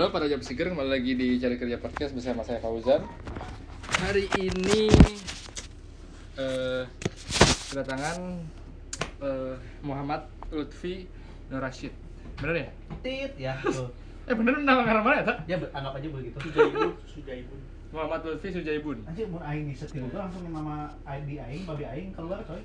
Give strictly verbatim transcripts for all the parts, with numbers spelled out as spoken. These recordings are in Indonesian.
Halo para job seeker, kembali lagi di Cari Kerja Podcast bersama saya Fauzan. Hari ini uh, kedatangan uh, Muhammad Lutfi Nur Rashid. Bener ya? Tit ya. Tuh. Eh bener nama karena mana ya? Tak? Ya ber- anggap aja begitu. Sujaibun, Sujaibun. Muhammad Lutfi Sujaibun. Anjir mun aing di setir gua langsung nama I D aing, babi aing keluar coy.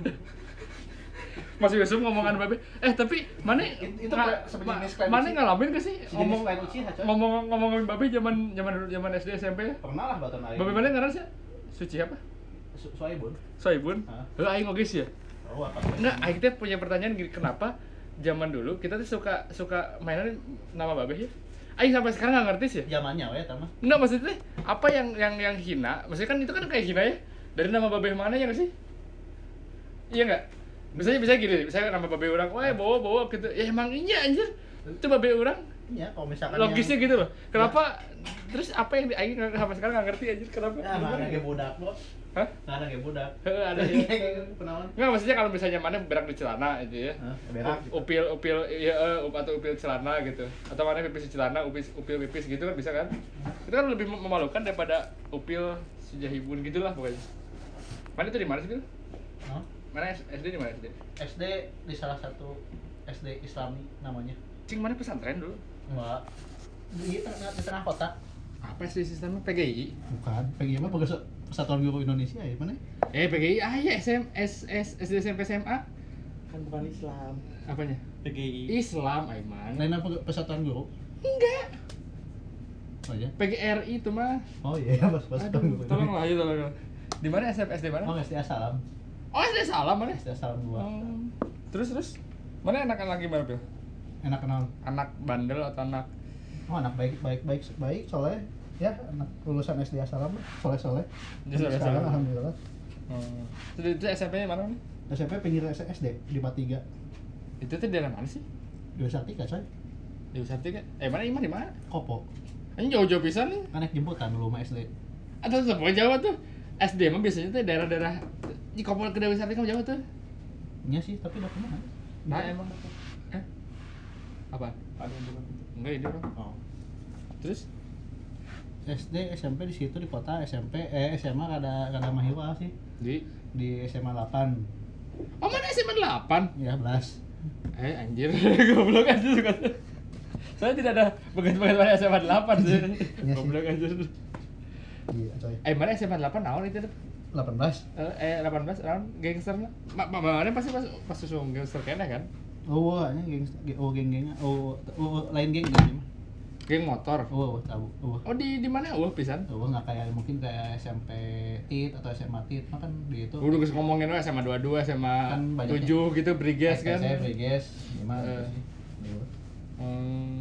Masih besok ngomongan babe. Eh tapi mana It- itu nga- kayak sejenis ma- klien mana Uci. ngalamin ke sih Sejenis ngomong klien Uci, ha, coy. ngomong ngomongin babe zaman zaman zaman S D S M P. Pernah lah baton aing. Babe mana ngaran sih? Suci apa? Su- Suaibun. Soibun. Hah? Heuh aing oge sih ya. Oh apa? Enggak, aing teh punya pertanyaan gini, kenapa zaman dulu kita tuh suka suka mainan nama babe ya? Aing sampai sekarang nggak ngerti sih. Ya? Zamannya we eta mah. Enggak, maksudnya apa yang yang yang hina? Maksudnya kan itu kan kayak hina ya. Dari nama babe mana ya nggak sih? Iya nggak? Misalnya bisa gini, misalnya nama babe orang, wah bawa bawa gitu. Ya emang iya anjir. Itu babe orang. Iya, kalau misalkan Logisnya yang... gitu loh. Kenapa? Terus apa yang di aing nggak- sampai sekarang nggak ngerti anjir kenapa? Ya, mana ge budak lo. Hah? Mana ge budak. Heeh, ada ya. Kenalan. Enggak, maksudnya kalau misalnya mana berak di celana itu ya. Hah, berak. U- upil upil ya eh, up atau upil celana gitu, atau mana pipis di celana upil upil pipis gitu kan bisa kan, itu kan lebih mem- memalukan daripada upil sujahibun gitulah pokoknya. Mana itu di mana sih Bil? Hah? Mana S- SD di mana S D? S D di salah satu S D Islami namanya. Cing mana pesantren dulu? Enggak. Di tengah di tengah kota. Apa sih sistemnya P G I? Bukan, P G I mah Persatuan Persatuan Guru Indonesia ya, mana? Eh P G I ah ya S M S S SD S M P S M A Kan bukan Islam. apanya? P G I. Islam Aiman. Lain apa Persatuan Guru? Enggak. Oh iya. P G R I itu mah. Oh iya, Mas Persatuan Aduh, Guru. tolonglah ayo tolong. Di mana S M S D mana? Oh, S D Salam. Oh S D Salam mana? S D Salam dua. Oh. Terus terus mana anak-anak gimana Bil? Enak kenal. Anak bandel atau anak Oh, anak baik baik baik baik soleh. Ya, anak lulusan S D Salam soleh soleh. Dia soleh-soleh. Alhamdulillah. hmm. Terus itu S M P-nya mana nih? S M P pinggir S D di Batiga. Itu tuh daerah mana sih? Di Sartika, coy. Di Usarti kan? Eh mana Iman di mana? Kopo. Ini jauh-jauh pisan nih. Kan naik jemputan dulu mah S D. Atau semua Jawa tuh. S D mah biasanya tuh daerah-daerah di Kopol ke Dewi Sarti kan Jawa tuh. Iya sih, tapi udah kemana? Nah emang. Eh? Apa? Ada yang bukan. Enggak ini orang. Oh. Terus? S D, S M P di situ di kota, S M P, eh S M A ada ada mahirwa sih. Di Di S M A delapan. Oh mana S M A delapan? Ya, belas. Eh anjir, goblok anjir suka. Saya tidak ada bekas-bekas mana S M A delapan sih. Iya sih. Goblok anjir. Iya, coy. Eh mana S M A delapan naon itu tuh? delapan belas. Eh delapan belas naon gangster na? Ma mana pasti pas pas susu gangster kene kan? Oh, ini geng, oh geng geng, oh, oh lain geng geng mah. Geng motor. Oh, tahu. Oh, Oh di di mana? Oh pisan. oh nggak kayak mungkin kayak S M P Tit atau S M A Tit, mah kan di itu. Udah geus ngomongin we S M A dua puluh dua, S M A Kan banyaknya. tujuh gitu, Briges kan. S M P, Briges, gimana Eh. sih? Iya. Hmm.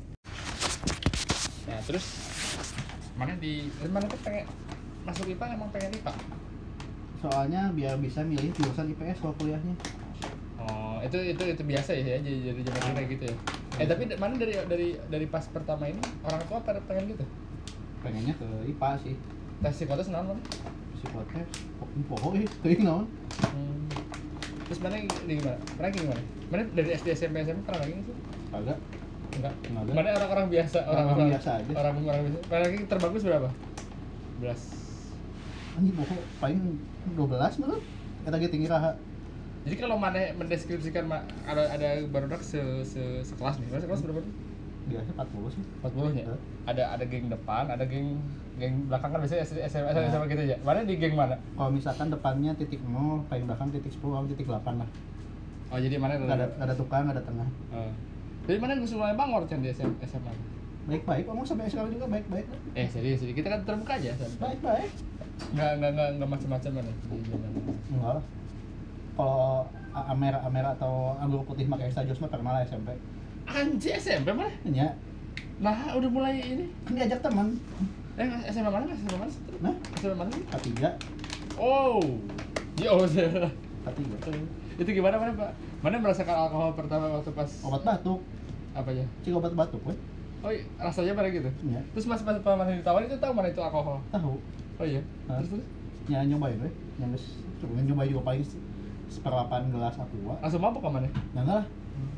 Nah, terus mana di mana tuh pengen masuk I P A emang pengen I P A? Soalnya biar bisa milih jurusan I P S kalau kuliahnya. Oh, itu itu itu biasa ya jadi jadi zaman kayak gitu ya. Eh tapi da- mana dari dari dari pas pertama ini orang tua pada pengen gitu. Pengennya ke I P A sih. Tes psikotes naon mana? Psikotes, poho eh, teuing naon? Hmm. Terus mana di gimana? Mana gimana? Mana dari S D S M P S M P pernah lagi sih? Kagak. Enggak. Enggak. Mana orang-orang biasa, Orang-orang orang-orang biasa aja. Orang orang biasa. Paling lagi terbagus berapa? Belas. Anjing poho paling dua belas menurut. Eta ge tinggi raha. Jadi kalau mana mendeskripsikan ma- ada ada barudak se, se sekelas nih. Mana sekelas berapa? Biasa empat puluh sih. empat puluh nya. Hah? Ada ada geng depan, ada geng geng belakang kan biasanya S M S Nah. sama gitu aja. Mana di geng mana? Kalau misalkan depannya titik nol, paling belakang titik sepuluh, atau titik delapan lah. Oh jadi mana Nggak ada nggak ada tukang, nggak ada tengah. Oh. Jadi mana gue mulai bangor kan di S M S M A. Baik-baik, ngomong sampai sekarang juga baik-baik. Eh serius, jadi kita kan terbuka aja. San. Baik-baik. Nggak nggak nggak nggak macam-macam mana di zaman. Enggak lah. Kalau A- Amera Amera atau anggur putih pakai extra jus mah pernah lah S M P. Anjir S M P mana? Ya, Nah udah mulai ini. kan diajak teman. Eh S M A mana? S M A mana? Nah, S M A mana sih? K tiga, Oh, yo K tiga. itu gimana mana Pak? Mana merasakan alkohol pertama waktu pas Obat batuk, apa ya? cik obat batuk, weh. Oh iya, rasanya pada gitu. Ya, Terus mas pas pas mana ditawarin itu tahu mana itu alkohol? tahu. Oh iya. Hah? Terus terus Ya nyobain, weh. Yang geus coba nyobain juga paling seperlapan gelas aqua. langsung mabuk ke mana? Ya enggak lah.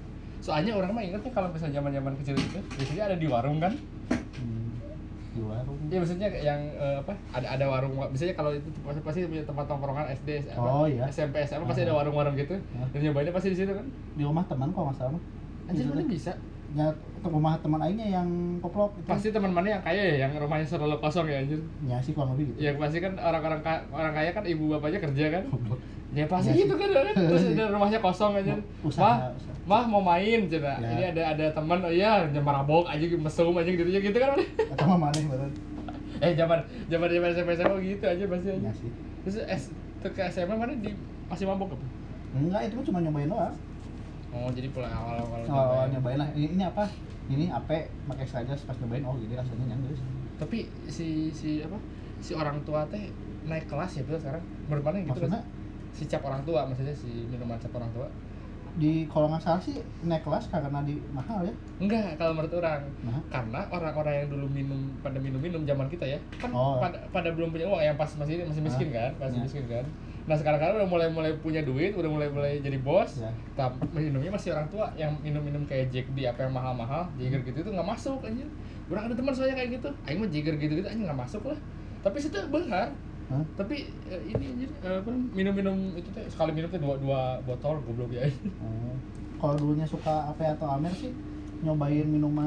Soalnya orang mah ingetnya kalau misalnya zaman-zaman kecil itu biasanya ada di warung kan. Hmm, di warung. Iya maksudnya yang uh, apa? Ada ada warung. Biasanya kalau itu pasti, pasti punya tempat tongkrongan S D, apa, Oh, iya. S M P, S M P pasti ada warung-warung gitu. Uh. Dan nyobainnya pasti di situ kan. Di rumah teman kok nggak salah mah. Anjir Gitu mana deh. bisa? Ya ke rumah teman aingnya yang koplok itu. Pasti teman mana yang kaya ya, yang rumahnya selalu kosong ya anjir. Ya sih kurang lebih gitu. Ya pasti kan orang-orang ka- orang kaya kan ibu bapaknya kerja kan. Goblok. Ya pasti Ya, gitu kan, kan. Terus ada rumahnya kosong aja. Usaha, Mah, usaha. mah mau main cina. Ya. Ini ada ada teman, oh iya, marabok aja mesum aja gitu ya gitu kan. Atau mah maneh bener. eh zaman zaman zaman S M P S M P gitu aja pasti aja. Ya sih. Terus S ke S M P mana di masih mabok apa? Enggak, itu mah cuma nyobain doang. Oh, jadi mulai awal-awal Awal-awal nyobain lah. Ini, ini apa? Ini ape pakai saja pas nyobain oh jadi rasanya nyanggeus. Tapi si si apa? Si orang tua teh naik kelas ya betul sekarang. Menurut mana gitu Maksudnya? kan? Si cap orang tua maksudnya si minuman cap orang tua. Di kalau nggak salah sih naik kelas karena di mahal ya. Enggak, kalau menurut orang. Nah. Karena orang-orang yang dulu minum pada minum-minum zaman kita ya, kan Oh. pada, pada belum punya uang yang pas masih masih miskin Ah. kan, masih Ya. miskin kan. Nah, sekarang-sekarang udah mulai-mulai punya duit, udah mulai-mulai jadi bos. Ya. Tapi minumnya masih orang tua yang minum-minum kayak Jack di apa yang mahal-mahal, Jagger gitu itu nggak masuk anjir. Orang ada teman soalnya kayak gitu. Aing mah Jagger gitu-gitu anjir nggak masuk lah. Tapi situ benar. Hah? Tapi eh, ini anjir eh, apa minum-minum itu teh sekali minum teh dua dua botol goblok ya. Oh. Kalau dulunya suka ape atau amer sih nyobain minuman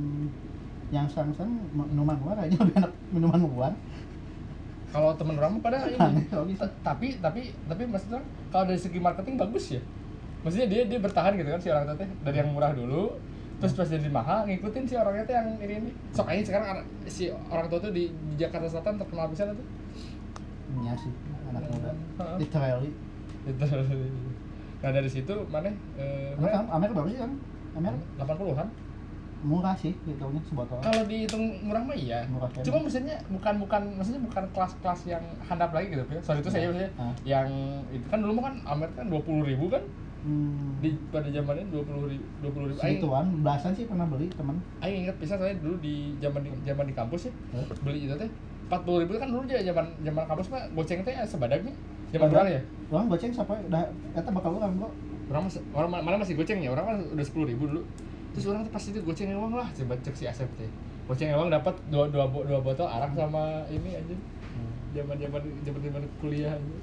yang sang-sang minuman luar kayaknya lebih enak minuman luar. Kalau temen orang mah pada ini. Aneh kalau gitu. T- tapi tapi tapi maksudnya kalau dari segi marketing bagus ya. Maksudnya dia dia bertahan gitu kan si orang tua teh dari yang murah dulu terus pas jadi mahal ngikutin si orangnya teh yang ini ini. Sok aja sekarang anak- si orang tua tuh di, di Jakarta Selatan terkenal pisan tuh. Iya sih, anak muda. Heeh. Literally. Gitu. Nah dari situ mana eh Amer kan, amer berapa sih kan? Amer delapan puluhan. murah sih hitungnya sebotol. Kalau dihitung murah mah iya. Murah kan? Cuma maksudnya bukan bukan maksudnya bukan kelas-kelas yang handap lagi gitu ya. Soal itu saya maksudnya Ah. yang itu kan dulu mah kan Amer kan dua puluh ribu kan. Hmm. Di pada zamannya dua puluh ribu dua puluh ribu aing Segituan, belasan sih pernah beli teman. aing ingat bisa saya dulu di zaman di zaman di kampus ya Eh? beli itu teh empat puluh ribu kan dulu aja zaman zaman kampus mah goceng teh sebadagnya zaman orang ya Orang goceng siapa? Dah kata bakal orang bro. orang mas orang ma- mana masih goceng ya orang kan udah sepuluh ribu dulu terus orang tuh pasti itu goceng uang lah coba cek si Asep teh goceng uang dapat dua dua bo- dua botol arak sama ini aja zaman zaman zaman zaman kuliah aja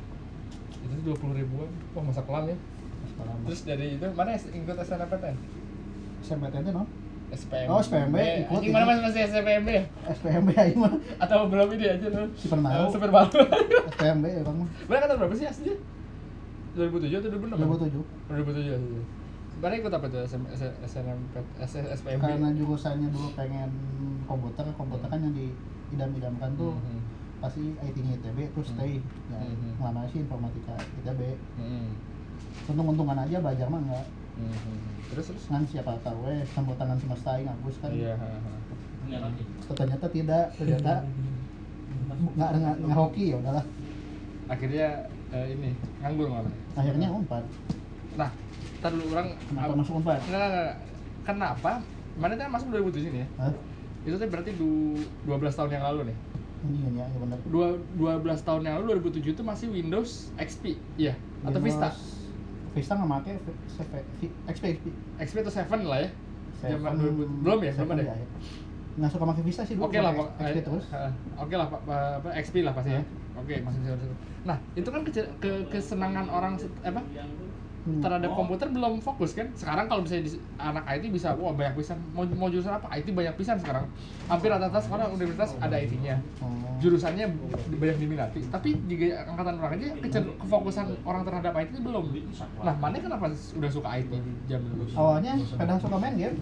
itu dua puluh ribuan wah masa kelam ya Sekolah mah. terus dari itu mana ikut S N M P T N S M P T N teh no? S P M Oh, S P M B, ikut, anjing mana ikut. masih masih S P M B ya? S P M B aja mah. Atau belum ini aja tuh? Super Mario. Eh, Super Mario. S P M B ya bang mah. Mana kata berapa sih aslinya? dua ribu tujuh atau dua ribu enam? dua ribu tujuh. dua ribu tujuh aslinya. Mana ikut apa tuh? S M S N M P S P M B? Karena jurusannya dulu pengen komputer, komputer kan yang diidam-idamkan tuh Mhm. pasti I T-nya I T B terus stay. Ya, Mhm. ngelamar sih informatika I T B. Mhm. Untung-untungan aja belajar mah enggak. Mhm. Terus terus? Kan siapa tahu eh campur tangan semesta yang hapus kan. Iya. ha, ha. Ternyata tidak, ternyata nggak nggak nggak hoki ya udahlah. Akhirnya eh, ini nganggur malah. Akhirnya Unpad. Nah, ntar dulu orang Kenapa ab- masuk Unpad? Enggak, enggak, enggak. Kenapa? Mana kan masuk dua ribu tujuh nih ya? Hah? Itu tuh berarti du- dua belas tahun yang lalu nih. Ini ya, ya benar. Dua, dua belas tahun yang lalu dua ribu tujuh itu masih Windows X P, iya atau Vista? Vista nggak make X P, X P. X P atau seven lah ya? Zaman Seven- dua ribu belum ya, belum Seven ada. ya, ya. Nggak suka pakai Vista sih dulu. Oke lah, pakai Pak. X P terus. Eh, eh, Oke lah, Pak. Pa- apa X P lah pasti ya. Oke, masih seven seven. Nah, itu kan ke, ke kesenangan orang se- apa? Hmm. Terhadap komputer belum fokus kan? Sekarang kalau misalnya di, anak I T bisa, wah banyak pisan. Mau, mau jurusan apa? I T banyak pisan sekarang. Hampir rata-rata sekarang universitas ada I T-nya. Oh. Jurusannya banyak diminati, tapi juga angkatan orang aja kecer- kefokusan orang terhadap I T itu belum. Nah, mana kenapa udah suka I T jam dulu? Awalnya pada suka main game.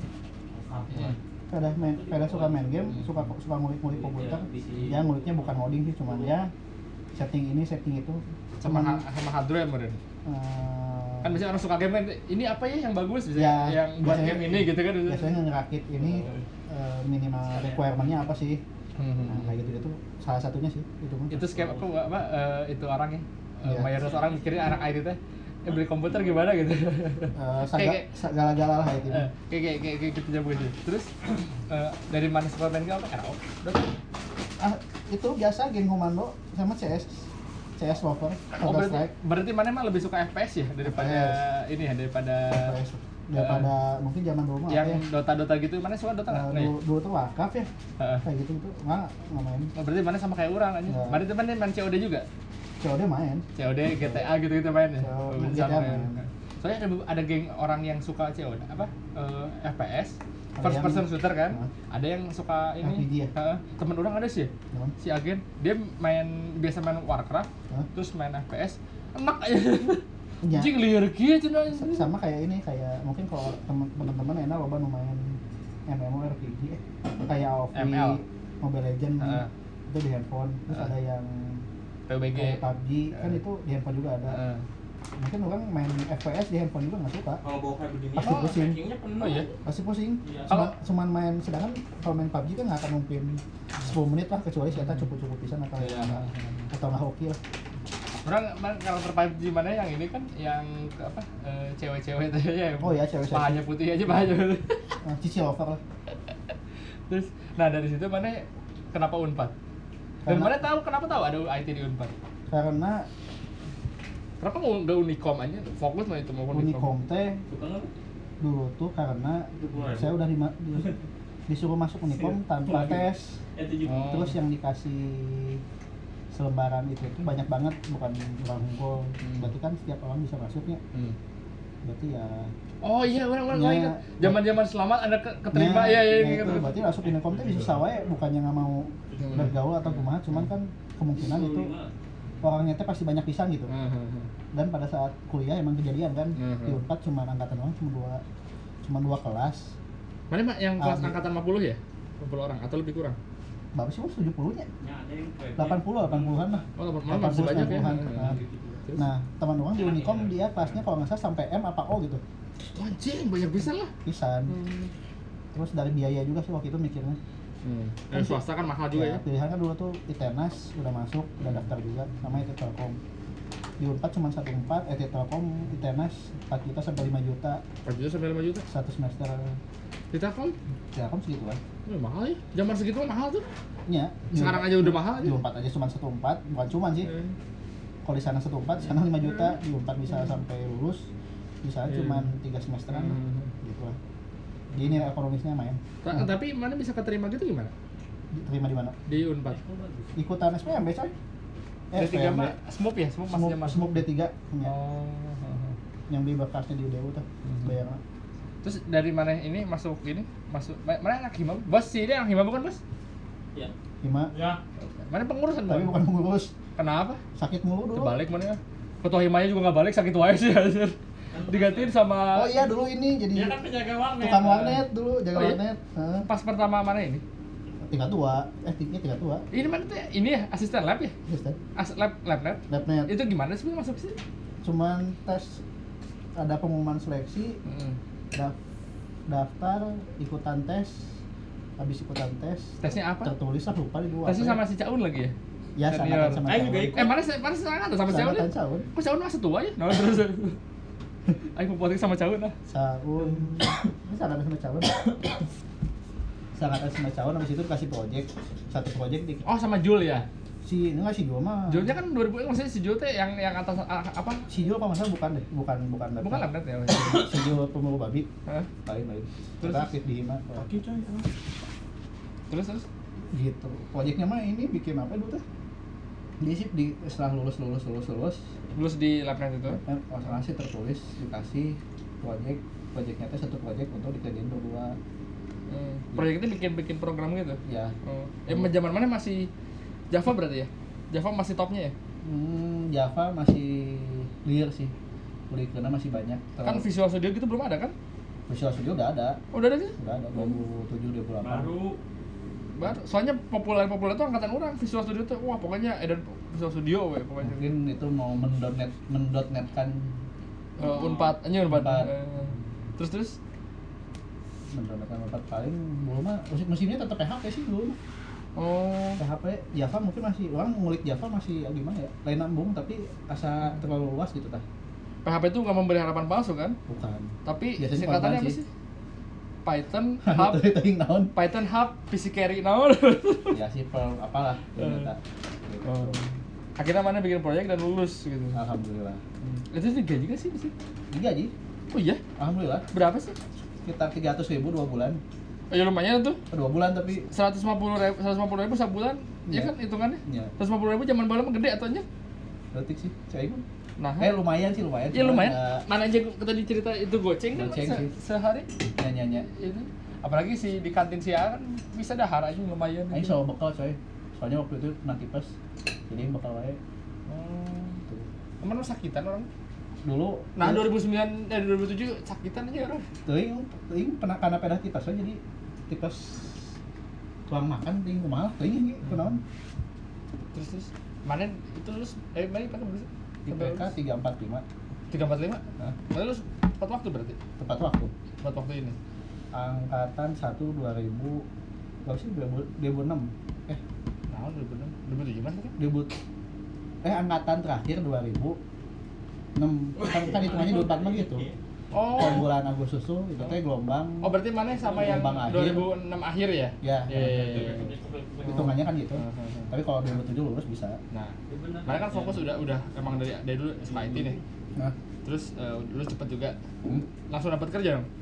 Pada main, pada suka main game, suka suka ngulik-ngulik komputer. Ya nguliknya bukan coding sih, cuman ya setting ini, setting itu. Sama Cuman, ha- sama hardware meren. eh, Kan biasanya orang suka game kan, ini apa ya yang bagus bisa Ya, yang buat biasanya- game ini gitu kan. biasanya ngerakit ini eh, minimal requirement-nya apa sih? Hmm. Nah, kayak gitu itu salah satunya sih itu mah. Itu skema apa apa eh, itu orangnya. Uh, Iya. mayoritas orang mikirnya anak I T teh eh, beli komputer gimana gitu. Eh, saga, Kayak- segala-gala lah itu. Eh, kayak kayak kayak kayak gitu jam gitu. Terus eh, dari mana suka main game apa? R O. Udah tuh. Ah, itu biasa game komando sama C S. C S Lover, Oh, Counter berarti, Strike. berarti mana mah lebih suka F P S ya daripada F P S. ini ya daripada F P S. daripada mungkin zaman dulu mah Yang apa ya, Dota-Dota gitu, mana suka Dota eh, nggak? dulu, dulu tuh wakaf ya Heeh. kayak gitu gitu nggak nggak main. Oh, berarti mana sama kayak orang aja. Ya. Mana itu mana main C O D juga? C O D main. C O D, G T A gitu-gitu main ya? C O D, Oh, G T A sama main. ya. Soalnya ada ada geng orang yang suka C O D apa? Eh, F P S, Ada first yang- person shooter kan? Hah? Ada yang suka R P G ini. ya? Heeh. Temen orang ada sih. Naon? Si agen, dia main biasa main Warcraft, Hah? terus main F P S, enak aja. Ya. Anjing liar gitu cenah. S- sama kayak ini kayak mungkin kalau temen- teman-teman enak loba nu main MMORPG eh. kayak A O V, M L. Mobile Legends Heeh. itu di handphone, terus Heeh. ada yang P U B G. kayak P U B G kan Heeh. itu di handphone juga ada. Heeh. Mungkin orang main F P S di handphone juga nggak suka, Kalau bawa kayak begini, Pasti pusing. rankingnya penuh. Oh iya? pasti pusing. Iya. Cuma, cuman main sedangkan kalau main P U B G kan nggak akan mungkin sepuluh menit lah kecuali siapa cukup-cukup pisan atau Iya. atau nggak hoki lah. Orang man- karakter P U B G mana yang ini kan yang ke apa eh, cewek-cewek itu ya. Oh ya, cewek-cewek. Pahanya putih aja pahanya. Nah, cici lover lah. Terus nah dari situ mana kenapa Unpad? Dan Karena- mana tahu kenapa tahu ada I T di Unpad? Karena Kenapa nggak Unicom aja? Fokus mah itu mau Unicom teh Suka nggak? dulu tuh karena Itu boleh. saya udah di, di- disuruh masuk Unicom tanpa tes. Eh, tujuh. Oh. Terus yang dikasih selembaran itu tuh banyak banget, bukan orang unggul. Hmm. Berarti kan setiap orang bisa masuknya. Hmm. Berarti ya Oh iya, orang orang Ya. ingat zaman-zaman selamat ada ke- keterima ya ya ya gitu. itu berarti masuk Unicom teh bisa sawe bukannya nggak mau Hmm. bergaul atau kumaha, cuman kan kemungkinan itu orangnya teh pasti banyak pisan gitu. Hmm, hmm, hmm. Dan pada saat kuliah emang kejadian kan Hmm. di Unpad cuma angkatan orang cuma dua cuma dua kelas. Mana Mak, yang kelas Ah, angkatan lima puluh ya? lima puluh orang atau lebih kurang? Berapa sih mas? tujuh puluh nya? Ya, ada yang kayak- delapan puluh, delapan puluhan lah. Oh, malah masih banyak ya. sembilan puluhan. Hmm. Nah, Terus? Nah, teman orang di Unicom dia kelasnya kalau nggak salah sampai M apa O gitu. Oh, anjing banyak bisa lah. Pisan. Hmm. Terus dari biaya juga sih waktu itu mikirnya. Hmm. Dan swasta kan mahal juga ya. Pilihan kan dulu tuh Itenas udah masuk, udah daftar juga sama itu Telkom. Di Unpad cuma satu empat, eh Telkom Itenas empat juta sampai lima juta empat juta sampai lima juta. satu semester. Di Telkom? Telkom segitu kan. Oh, mahal ya. Zaman segitu mah mahal tuh. Nya, di Sekarang Unpad- aja udah mahal aja. Di Unpad aja cuma satu empat, bukan cuma sih. Eh. Kalau di sana satu empat, di sana lima juta, di Unpad bisa sampai lulus. Di sana Iya. cuma tiga semesteran lah. Hmm. Gitu lah. Jadi nilai ekonomisnya main. Ta- Nah, Tapi mana bisa keterima gitu gimana? terima di mana? Di Unpad. Ikutan S P M B coy. D tiga mah Smoop ya, Smoop masih Smoke, zaman. Smoke D tiga punya. Oh. Yang beli berkasnya di U D U tuh. Hmm. Bayar. Terus dari mana ini masuk ini? Masuk ma- mana anak hima? Bos sih dia anak hima bukan, Bos? Ya. lima. Ya. Mana pengurusan, Tapi Bos? bukan pengurus. Kenapa? Sakit mulu dulu. Kebalik mana ya? Ketua himanya juga nggak balik, sakit wae sih anjir. Digantiin sama Oh iya dulu ini jadi Dia kan penjaga warnet. tukang warnet dulu, jaga Oh iya? warnet. Heeh. pas pertama mana ini? Tingkat tua. Eh, tinggi tingkat tua. Ini mana tuh? ya? Ini ya asisten lab ya? Yes, kan? As lab labnet. Labnet. Itu gimana sih masuk sih? Cuman tes ada pengumuman seleksi, Hmm. daf- daftar, ikutan tes, habis ikutan tes, Tesnya apa? tertulis lah lupa di dua. Tesnya apa sama si Caun lagi ya? ya, ya senior. sama sama Ayo Caun. juga ikut. Eh mana sih mana sih sangat sama Caun? Sama ya? Caun. Kok Caun masa tua ya? Nah, terus. Ayo mau politik sama Caun lah. Caun. Ini sangat sama Caun. Sangat sama Caun, habis itu kasih project. Satu project di Oh sama Jul ya? si enggak si Jul mah. Julnya kan dua ribu maksudnya si Jul teh yang yang atas ah, apa? Si Jul apa masalah bukan deh, bukan bukan Labnet. Bukan labnet ya? Si Jul pemulu babi, Hah? lain lain. Terus? Kita aktif di Hima. Oke coy. Terus terus? Gitu. Proyeknya mah ini bikin apa dulu teh? Dia sih di setelah lulus lulus lulus lulus, Lulus di labnet itu? eh, masalah sih tertulis dikasih proyek, proyeknya teh satu proyek untuk dikerjain berdua. Hmm. Proyek itu bikin bikin program gitu? Ya. Oh. Eh zaman mana masih Java berarti ya? Java masih topnya ya? Hmm, Java masih clear sih. Kuliah karena masih banyak. Kan Visual Studio gitu belum ada kan? Visual Studio udah ada, Oh, udah ada gitu? udah ada dua ribu tujuh dua ribu delapan. Baru. Baru. Soalnya populer-populer tuh angkatan orang Visual Studio tuh. Wah, pokoknya edan Visual Studio we pokoknya. Mungkin itu mau mendotnet mendotnetkan Uh, Unpad, anjir Unpad. Unpad. Eh, terus terus mendotnetkan empat paling dulu mah musik mesinnya tetap P H P sih dulu. oh, P H P Java mungkin masih orang ngulik Java masih ya gimana ya? Lain nambung tapi asa terlalu luas gitu tah. P H P itu nggak memberi harapan palsu kan? Bukan. Tapi Biasanya singkatannya korban apa sih. sih? Python Hub, Itu yang naon? Python Hub, P C Carry naon. Ya sih per apalah ternyata. Gitu. Oh. Akhirnya mana bikin proyek dan lulus gitu. Alhamdulillah. Itu digaji gak sih di situ? Digaji. Oh iya? Alhamdulillah. Berapa sih? Sekitar tiga ratus ribu dua bulan. Oh, ya lumayan tuh. Dua bulan tapi seratus lima puluh ribu, seratus lima puluh ribu sebulan. Iya Iya. kan hitungannya? Iya. seratus lima puluh ribu zaman bala mah gede atunya. detik sih, cai pun. Nah, Eh lumayan sih lumayan. ya Cuman lumayan. nggak Mana aja gua tadi cerita itu goceng kan Goceng se- sih. sehari. nyanyi-nyanyi. Itu. Apalagi si di kantin siaran bisa dahar aja lumayan. Aing selalu bekal coy. Soalnya waktu itu kena tipes. Jadi bekal wae. Oh. Tuh. Emang lu sakitan orang? Dulu Nah, dua ribu sembilan eh dua ribu tujuh sakitan aja orang. teuing teuing pernah karena pernah tipes we, jadi tipes tuang makan teuing kumaha teuing ge kunaon. Terus terus mana itu lulus eh mana pada lulus? I P K tiga empat lima. tiga empat lima. Hah? Lalu lulus tepat waktu berarti. Tepat waktu. Tepat waktu ini. Angkatan satu dua ribu berapa sih dua ribu enam eh Nah, dua ribu enam, dua ribu tujuh mas kan? debut eh angkatan terakhir dua ribu enam kan kan hitungannya dua ribu empat mah gitu. Oh. Kalau bulan Agustus tuh itu teh gelombang Oh, berarti mana sama yang Gelombang akhir. dua ribu enam akhir ya? ya Iya, iya, iya. hitungannya kan gitu. Hmm, hmm, hmm. Tapi kalau dua ribu tujuh lulus bisa. Nah, mana kan fokus udah udah emang dari dari dulu suka I T nih. Nah, Terus eh, lulus cepet juga. hmm, Langsung dapat kerja dong?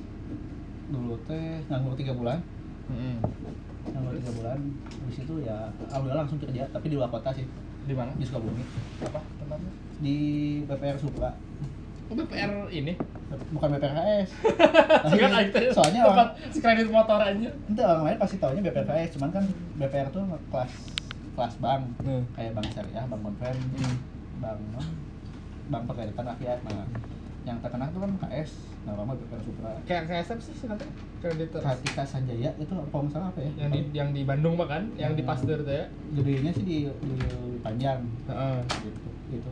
dulu teh nganggur tiga bulan. Hmm. Nganggur tiga bulan. Di situ ya alhamdulillah langsung kerja, tapi di luar kota sih, Di mana? di Sukabumi. Apa tempatnya? Di B P R Supra. Oh, B P R ini. Bukan B P R K S. Kan I T. Soalnya tempat orang kredit motor aja. Itu orang lain pasti taunya B P R K S, cuman kan B P R tuh kelas kelas bank, Hmm. kayak bank syariah, bank konven, Hmm. bank bank perkreditan rakyat. Nah, yang terkenal tuh kan K S, namanya B P R Supra. Kayak K S M sih nanti kreditor. Kartika Sanjaya itu kalau nggak salah apa ya? Yang di yang di Bandung mah kan, yang di Pasteur tuh ya. gedenya sih di, di Panjang Heeh. gitu. Gitu.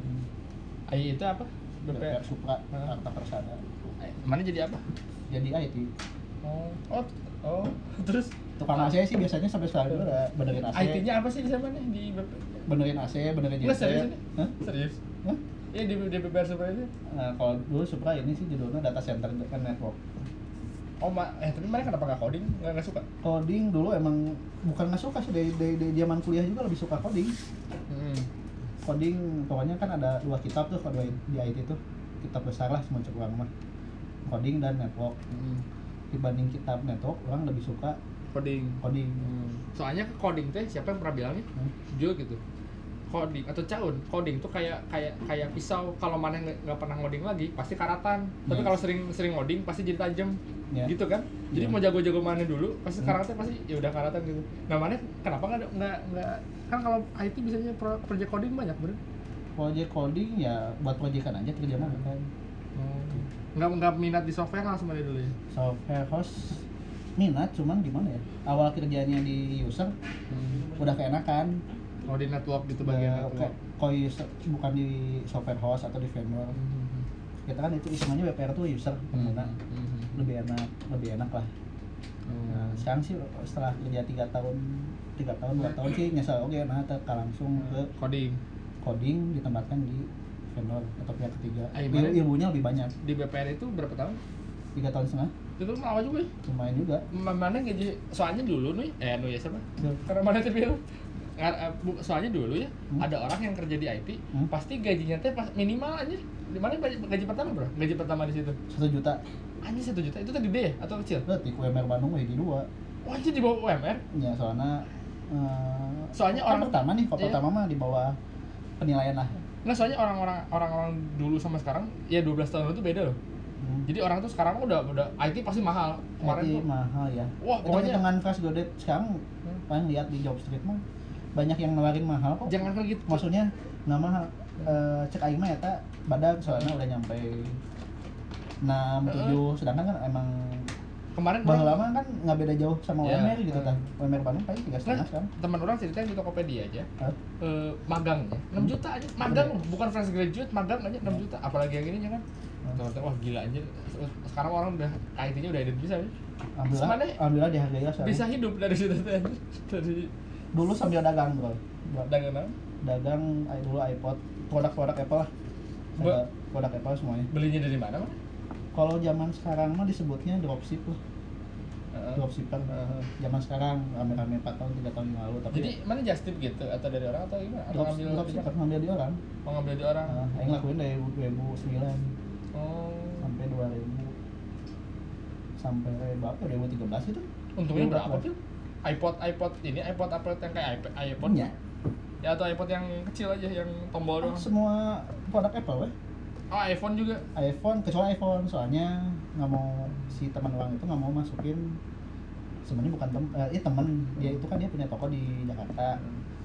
I itu apa? B P R B P R. Supra, Heeh. Arta Persada. Mana jadi apa? Jadi I T. Oh, oh, oh. Terus Tukang A C sih biasanya sampai sekarang juga udah benerin A C. I T-nya apa sih di sana nih di B P R? Benerin A C, benerin Nggak, serius genset. ini? Hah? Serius? Hah? Iya di di B P R Super itu. Nah, kalau dulu Supra ini sih judulnya data center kan network. Oh, ma eh tapi mana kenapa nggak coding? Nggak nggak suka? Coding dulu emang bukan nggak suka sih, dari, dari, dari zaman kuliah juga lebih suka coding. Hmm. Coding pokoknya kan ada dua kitab tuh kalau di I T tuh, kitab besar lah semua orang mah, coding dan network. Hmm. Dibanding kitab network orang lebih suka Coding. coding. Hmm. Soalnya coding teh siapa yang pernah bilangnya? Hmm. Jo gitu. Coding atau caun, coding tuh kayak kayak kayak pisau, kalau mana nggak nggak pernah ngoding lagi pasti karatan. Tapi Hmm. kalau sering sering ngoding pasti jadi tajam. Ya. Gitu kan? Jadi Iya. mau jago-jago mana dulu pasti Hmm. karatnya pasti ya udah karatan gitu. Nah, mana kenapa nggak ada- nggak nggak kan kalau I T biasanya pro- project coding banyak, Bro. Project coding ya buat proyekan aja kerja mah kan. Nggak nggak minat di software langsung aja dulu ya. Software host minat, cuman gimana ya, awal kerjanya di user udah keenakan. Oh, di network gitu bagian Udah network. kayak kok user, bukan di software host atau di vendor. Hmm. Kita kan itu istilahnya B P R tuh user pengguna, Hmm. lebih enak lebih enak lah. Nah, sekarang sih setelah kerja tiga tahun tiga tahun dua tahun sih nyesel oke nah teka langsung ke Coding coding ditempatkan di vendor atau pihak ketiga. Ah, Il- ibarat- ilmunya lebih banyak, di B P R itu berapa tahun? tiga tahun setengah Itu lama juga ya. lumayan juga. Ma- Mana gaji soalnya dulu nih eh anu ya siapa? Ya. Karena mana tuh bilang Ngar- eh, bu- soalnya dulu ya Hmm. ada orang yang kerja di I T Hmm. pasti gajinya teh pas minimal aja di mana gaji, gaji pertama bro gaji pertama di situ Satu juta anjir satu juta itu tadi gede ya atau kecil? berarti U M R Bandung lagi dua. Wah anjir di bawah U M R Ya soalnya eh, Soalnya kan orang- pertama nih, kalau iya. pertama mah di bawah penilaian lah. nggak soalnya orang-orang orang-orang dulu sama sekarang ya dua belas tahun itu beda loh. Hmm. Jadi orang tuh sekarang udah udah I T pasti mahal kemarin I T tuh. mahal ya. Wah, Itu pokoknya- hitungan fresh graduate sekarang Hmm. paling lihat di job street mah banyak yang nawarin mahal kok. Jangan kan gitu. Maksudnya nggak mahal. Eh, cek aing mah eta badag soalnya udah nyampe enam tujuh, sedangkan kan emang Kemarin baru orang- lama kan nggak beda jauh sama Iya. U M R gitu Hmm. kan. U M R Bandung paling tiga Nah, setengah kan. teman orang ceritain di Tokopedia aja, Hah? eh, magangnya enam juta aja, magang loh, bukan fresh graduate, magang aja enam juta, apalagi yang ininya kan. Hmm. Teman-teman, wah gila anjir, sekarang orang udah I T-nya udah ada bisa ya. Alhamdulillah, Semana alhamdullah dihargai lah sekarang. bisa hidup dari situ teh, dari Dulu sambil dagang bro, Buat dagangan dagang ay- dulu iPod, produk-produk Apple lah. Ba- Ada produk Apple semuanya. belinya dari mana mah? Kalau zaman sekarang mah disebutnya dropship lah, dropshipper. Heeh. Zaman sekarang rame-rame empat tahun tiga tahun yang lalu, tapi Jadi mana just tip gitu atau dari orang atau gimana? Atau drop, ngambil dropshipper ngambil di orang. mau ngambil di orang? Nah, Aing lakuin dari dua ribu sembilan Oh. sampai sampai dua ribu sampai berapa dua ribu tiga belas itu untungnya berapa tuh iPod iPod ini iPod iPod yang kayak iPod iPod ya ya atau iPod yang kecil aja yang tombol doang. Semua produk Apple ya. Oh iPhone juga. iPhone kecuali iPhone soalnya nggak mau si teman orang itu nggak mau masukin sebenarnya bukan tem eh, eh, temen dia itu kan dia punya toko di Jakarta.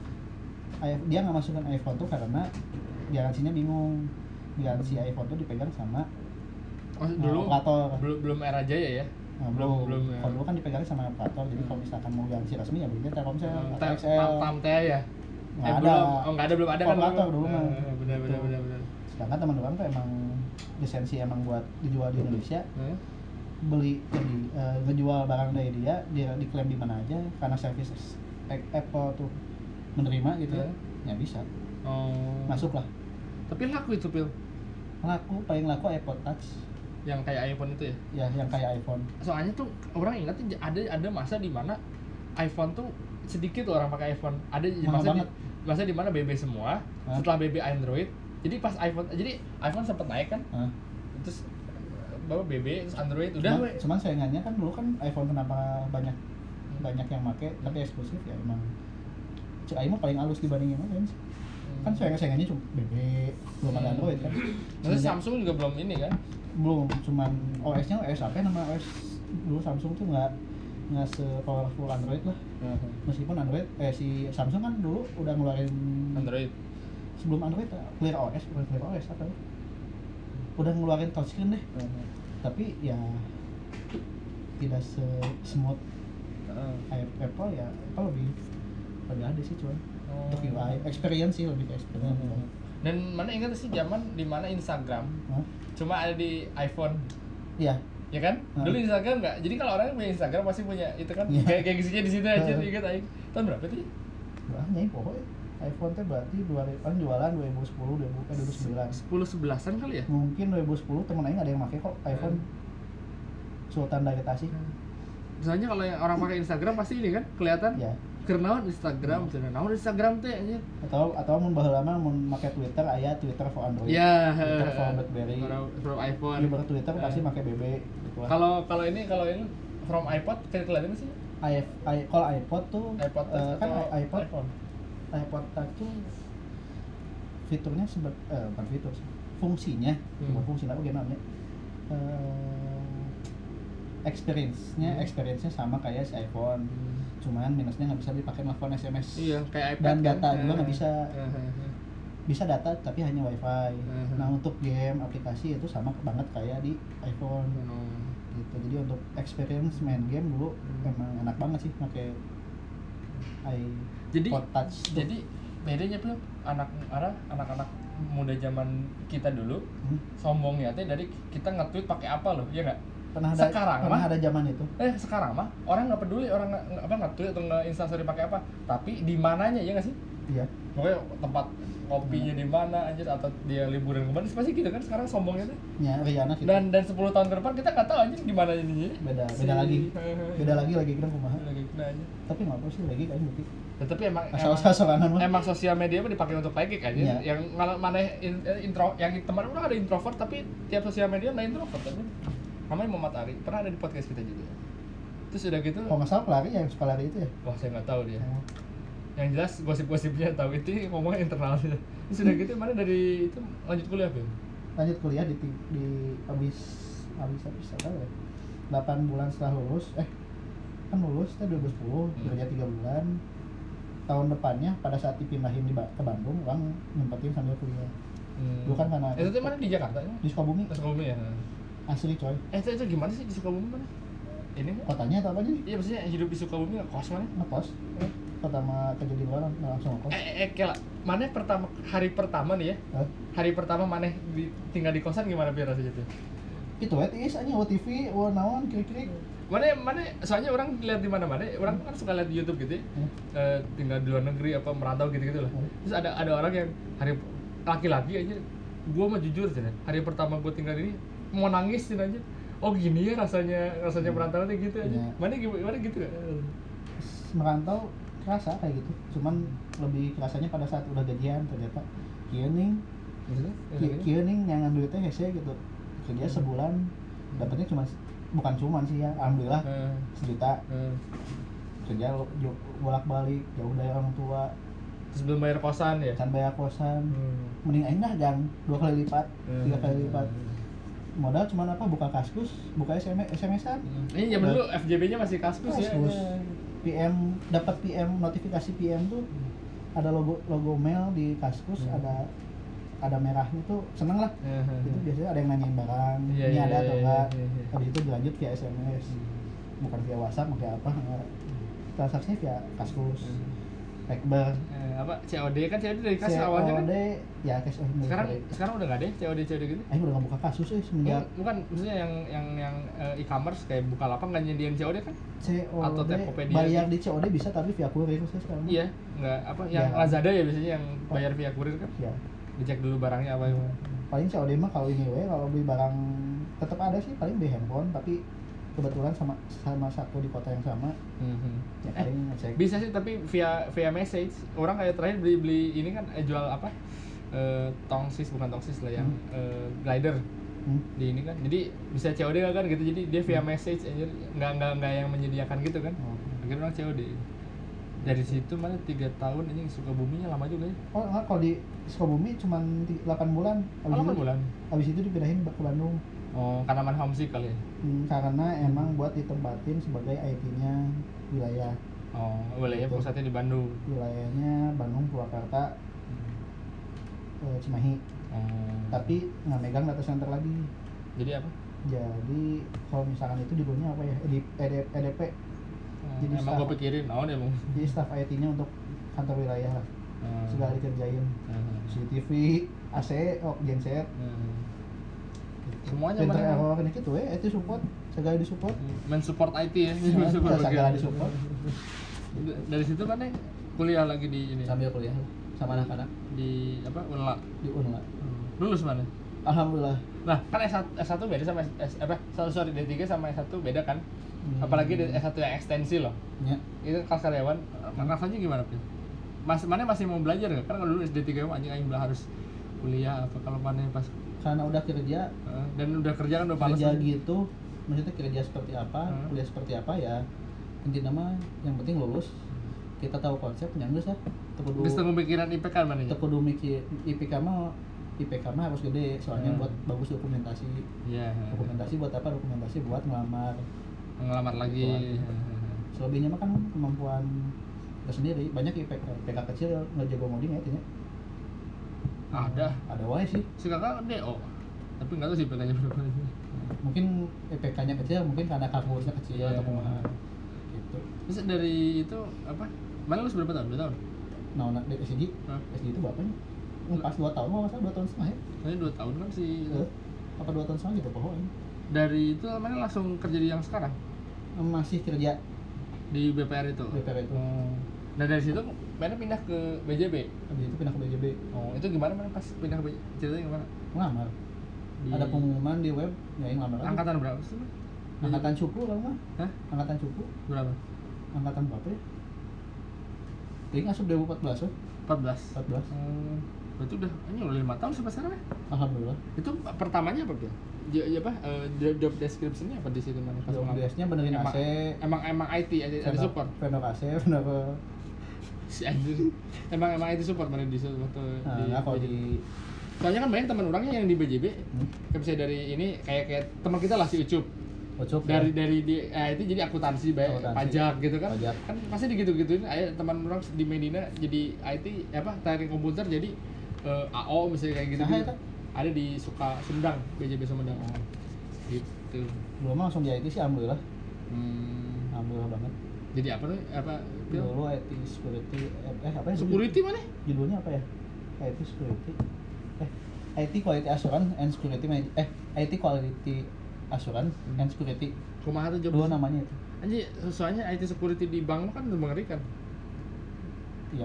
I- dia nggak masukin iPhone tuh karena garansinya bingung. Garansi iPhone tuh dipegang sama Oh, uh, dulu operator. belum belum era Jaya ya. Nah, belum belum ya. Kalau dulu kan dipegang sama operator, jadi kalau misalkan mau garansi resmi ya belinya Telkomsel Hmm, atau Tam X L. Tam T ya. Nggak Eh, ada. belum. Oh nggak ada belum ada kan. Operator belum. dulu mah. Eh, benar benar Gitu. benar benar. Sedangkan teman orang tuh emang lisensi emang buat dijual di Indonesia. Hmm? Beli jadi uh, ngejual barang dari dia dia diklaim di mana aja karena service Apple tuh menerima gitu ya, ya bisa Oh. masuk lah. Tapi laku itu pil. Laku paling laku iPod Touch Yang kayak iPhone itu ya. ya yang kayak iPhone. Soalnya tuh orang ingat tuh ada ada masa di mana iPhone tuh sedikit tuh orang pakai iPhone. Ada Mahal masa di banget. masa di mana B B semua, Hah? setelah B B Android. Jadi pas iPhone jadi iPhone sempat naik kan. Hah? Terus bawa B B terus Android udah Cuman, we. cuman saingannya kan dulu kan iPhone kenapa banyak banyak yang make tapi eksklusif ya emang cek aing mah paling halus dibandingin yang lain sih. Kan saingan-saingannya cuma B B belum ada Android kan. Terus Semenjak- Samsung juga belum ini kan. belum cuman O S-nya O S apa nama O S dulu Samsung tuh nggak nggak se powerful Android lah. Meskipun Android eh si Samsung kan dulu udah ngeluarin Android. sebelum Android Clear O S bukan Clear O S apa ya? Udah ngeluarin touchscreen deh. Tapi ya tidak se smooth Apple ya Apple lebih lebih ada sih cuman untuk U I experience sih lebih ke experience. Dan mana ingat sih zaman di mana Instagram Hah? cuma ada di iPhone, Iya. ya kan? Hmm. Dulu Instagram nggak. Jadi kalau orang punya Instagram pasti punya itu kan Iya. kayak kayak gisinya di situ aja. Hmm. Ingat aing. Tahun berapa tuh? Berapa nih pokoknya iPhone teh berarti dua ribu kan jualan dua ribu sepuluh dua ribu eh dua ribu sembilan. sepuluh sebelasan kali ya? Mungkin dua ribu sepuluh temen aing ada yang pakai kok iPhone Sultan dari Tasik. Misalnya kalau yang orang pakai Instagram pasti ini kan kelihatan. Ya. Kernaon Instagram, hmm. naon Instagram teh anjir. Atau atau mun baheula mah mun make Twitter aya Twitter for Android. Ya, Twitter for BlackBerry. from iPhone. Di Twitter pasti pakai B B gitu lah. Kalau kalau ini kalau ini from iPod kayak kelihatan sih. I, I, kalau iPod tuh iPod Touch eh, kan atau iPod iPhone. iPod Touch tuh fiturnya sebet eh, bukan fitur sih. Fungsinya, Hmm. bukan fungsi apa namanya? Eh, experience-nya, Hmm. experience-nya sama kayak si iPhone. Cuman minusnya nggak bisa dipakai nelfon S M S. Iya, kayak iPad Dan kan? data juga nggak Eh, bisa. eh, eh, eh. Bisa data tapi hanya WiFi. Hmm. Nah untuk game, aplikasi itu sama banget kayak di iPhone. Hmm. Gitu. Jadi untuk experience main game dulu Hmm. emang enak banget sih pakai Jadi iPod Touch. tuh. jadi bedanya belum anak anak anak-anak muda zaman kita dulu Hmm. sombongnya teh dari kita nge-tweet pakai apa loh, iya nggak? Pernah ada Sekarang pernah mah- ada zaman itu. Eh sekarang mah orang nggak peduli orang nge- nge- apa nge-tweet atau nge-instastory pakai apa, tapi di mananya ya nggak sih? Iya. Pokoknya tempat kopinya di mana aja atau dia liburan kemana pasti gitu kan sekarang sombongnya tuh. Ya Riana gitu. Dan dan sepuluh tahun ke depan kita nggak tahu aja di mana ini. beda beda lagi. Beda lagi lagi kira kumaha. Lagi kena aja. Tapi nggak tahu sih lagi kayaknya bukti. Ya, tapi emang Asal-asal sorangan mah. emang sosial media mah dipakai untuk like aja. Iya. Yang ngalah mana in- intro yang teman udah ada introvert tapi tiap sosial media ada introvert tapi namanya Muhammad Ari pernah ada di podcast kita juga. Terus udah gitu, Kalau nggak salah pelari yang suka lari itu ya. wah saya nggak tahu dia. Oh. Yang jelas gosip-gosipnya tahu itu ngomongnya internalnya. Terus udah gitu mana dari itu lanjut kuliah Bim? Lanjut kuliah di di, di abis abis abis apa ya? delapan bulan setelah lulus, eh kan lulus teh dua ribu sepuluh, Hmm. kerja tiga bulan. Tahun depannya pada saat dipindahin di Ba- ke Bandung, orang nyempetin sambil kuliah. Dulu kan karena itu tuh mana di Jakarta? di Sukabumi, Di Sukabumi ya. asli coy. Eh itu, itu gimana sih di Sukabumi mana? Ini mah? Kotanya atau apa nih? Iya maksudnya hidup di Sukabumi nggak kos mana? Ngekos. Pertama kerja di luar nggak langsung ngekos. Eh, eh, eh Kela, mana pertama hari pertama nih ya? Eh, Hari pertama mana di, tinggal di kosan gimana biar rasanya tuh? itu ya tis aja O T V, o naon krik-krik. Mana mana soalnya orang lihat di mana-mana, orang kan suka lihat di YouTube gitu ya. Hmm. Eh, tinggal di luar negeri apa merantau gitu-gitu lah. Hmm. Terus ada ada orang yang hari laki-laki aja, gua mah jujur sih, hari pertama gua tinggal ini mau nangis sih aja. Oh gini ya rasanya rasanya merantau tuh gitu aja. Iya. Mana gimana gitu ya? Merantau kerasa kayak gitu, cuman lebih kerasanya pada saat udah gajian ternyata kieu ning Maksudnya? kieu kieu ning nyangan duitnya hese gitu. kerja sebulan dapatnya cuma bukan cuman sih ya, alhamdulillah Hmm. sejuta. Hmm. Kerja bolak balik jauh dari orang tua, Terus belum bayar kosan ya? can bayar kosan. Hmm. Mending aing dah gang dua kali lipat, Hmm. tiga kali lipat. Modal cuma apa, buka Kaskus, buka S M S S M S-an. Ini zaman dulu F J B-nya masih Kaskus ya. Kaskus. P M dapat P M, notifikasi P M tuh ada logo logo mail di Kaskus, Hmm. ada ada merahnya tuh, seneng lah. Hmm. Itu biasanya ada yang nanyain barang, Iya, ini iya, ada atau iya, enggak. iya, iya. Habis itu dilanjut via S M S, bukan via WhatsApp, via apa enggak. Transaksinya via Kaskus, Ekber, Eh, apa C O D kan C O D dari kas awalnya kan? C O D, ya cash on delivery. Sekarang sekarang udah nggak deh C O D C O D gitu? Aing udah nggak buka kasus eh semenjak Bukan, maksudnya yang yang yang eh, e-commerce kayak Bukalapak nggak nyediain C O D kan? C O D atau Tokopedia bayar gitu. di C O D bisa, tapi via kurir saya sekarang. Iya, nggak apa yang Ya. Lazada ya biasanya yang bayar via kurir kan? Ya. Dicek dulu barangnya apa yang Paling C O D mah kalau ini we, kalau beli barang tetap ada sih, paling beli handphone, tapi kebetulan sama sama satu di kota yang sama, ya paling ngecek. bisa sih tapi via via message. Orang kayak terakhir beli beli ini kan eh, jual apa? Eh, tongsis bukan tongsis lah yang eh, glider Hmm. di ini kan. Jadi bisa C O D kan gitu. Jadi dia via message aja nggak nggak nggak yang menyediakan gitu kan. Oh. Akhirnya orang C O D. Dari situ mana tiga tahun ini Sukabuminya lama juga ya. Oh enggak, kalau di Sukabumi cuma delapan bulan. Oh, delapan bulan. Habis itu dipindahin ke Bandung. Oh, karena man homesick kali ya. Hmm, karena emang buat ditempatin sebagai I T-nya wilayah. Oh, wilayah Betul. pusatnya di Bandung. Wilayahnya Bandung, Purwakarta, eh, Cimahi. Oh. Tapi nggak megang data center lagi. Jadi apa? Jadi kalau misalkan itu judulnya apa ya? E D P. Jadi Emang staff- gue pikirin, oh dia mau. Jadi staff I T-nya untuk kantor wilayah lah. Hmm. Segala dikerjain. Hmm. C C T V, A C, oh, genset. Hmm. Semuanya Printer mana? error ini gitu ya, I T support, segala di support. Men-support I T ya. Ya, Men-support segala bagian. di support. Dari situ mana kuliah lagi di ini Sambil kuliah sama anak-anak di apa Unla. di Unla. Lulus mana? Alhamdulillah. Nah, kan S satu, S satu beda sama S, apa? Sorry, sorry, D tiga sama S satu beda kan? Hmm. Apalagi di S satu yang ekstensi loh. Ya. Itu kelas karyawan, rasanya gimana, Pil? Mas, mana masih mau belajar nggak? Kan kalau dulu S D tiga mah anjing aing harus kuliah apa kalau mana pas Karena udah kerja, uh, dan udah kerja kan udah males. kerja kan? gitu, maksudnya kerja seperti apa, Hmm. kuliah seperti apa ya. Intinya mah yang penting lulus. Kita tahu konsep nyanggeus lah. Tekudu Terus tunggu pikiran I P K mana ya? tekudu mikir I P K mah I P K mah harus gede, soalnya Hmm. buat bagus dokumentasi. Iya. Dokumentasi buat apa? Dokumentasi buat ngelamar. Ngelamar lagi. Selebihnya mah kan kemampuan kita sendiri. Banyak I P K, I P K kecil nggak jago ngoding ya intinya. Ada. Ada wae sih. Si kakak D O. Tapi nggak tahu sih I P K-nya berapa. Mungkin I P K-nya kecil, mungkin karena kalkulusnya kecil Iya. atau kumaha. Gitu. Terus dari itu apa? Mana lulus berapa tahun? Dua tahun? Nah, nah di S I G, Hah? S I G itu berapanya? Hmm, pas dua tahun, nggak masalah dua tahun setengah ya? Kayaknya dua tahun kan sih. Eh, apa dua tahun setengah gitu pokoknya. Dari itu mana langsung kerja di yang sekarang? Masih kerja Di B P R itu? B P R itu. Oh. Nah dari situ mana pindah ke B J B? Habis itu pindah ke B J B, Oh, itu gimana mana pas pindah ke B J B? Ceritanya gimana? ngelamar. Di Ada pengumuman di web, ya yang ngelamar aja. angkatan berapa sih? Bang? Angkatan cupu kalau mah. Hah? Angkatan cupu. Berapa? Angkatan berapa ya? Kayaknya asup dua ribu empat belas ya? empat belas. empat belas. Hmm. Berarti udah ini udah lima tahun sampai sekarang ya? Alhamdulillah. Itu pertamanya apa Bil? Ya, ya apa? eh, job- job description-nya apa di situ mana? Pas Job ngelamar? desk-nya benerin emang, A C. Emang emang I T ada, ada vendor- support. Vendor A C, vendor. Si anjir. Emang emang I T support mana di situ waktu Nah, di nggak, kalau B J B? di Soalnya kan banyak teman orangnya yang di B J B. Hmm? Kayak misalnya dari ini kayak kayak teman kita lah si Ucup. Ucup Dari ya. dari di eh, itu jadi akuntansi baik Akuntansi. pajak gitu kan. Pajak. Kan pasti digitu-gituin ayo teman orang di Medina jadi I T apa teknik komputer jadi eh, A O misalnya kayak gitu. Nah, itu? Ada di Suka Sumedang, B J B Sumedang. Oh. Gitu. Dulu mah langsung di I T sih alhamdulillah. Hmm. Alhamdulillah banget. Jadi apa tuh? Apa? Pil? Dulu I T security eh, eh apa ya? Security mana? Judulnya apa ya? I T security. Eh, I T quality assurance and security man- eh I T quality assurance and security. Kumaha tuh job? Dulu namanya itu. Anjir, soalnya I T security di bank mah kan mengerikan. Iya.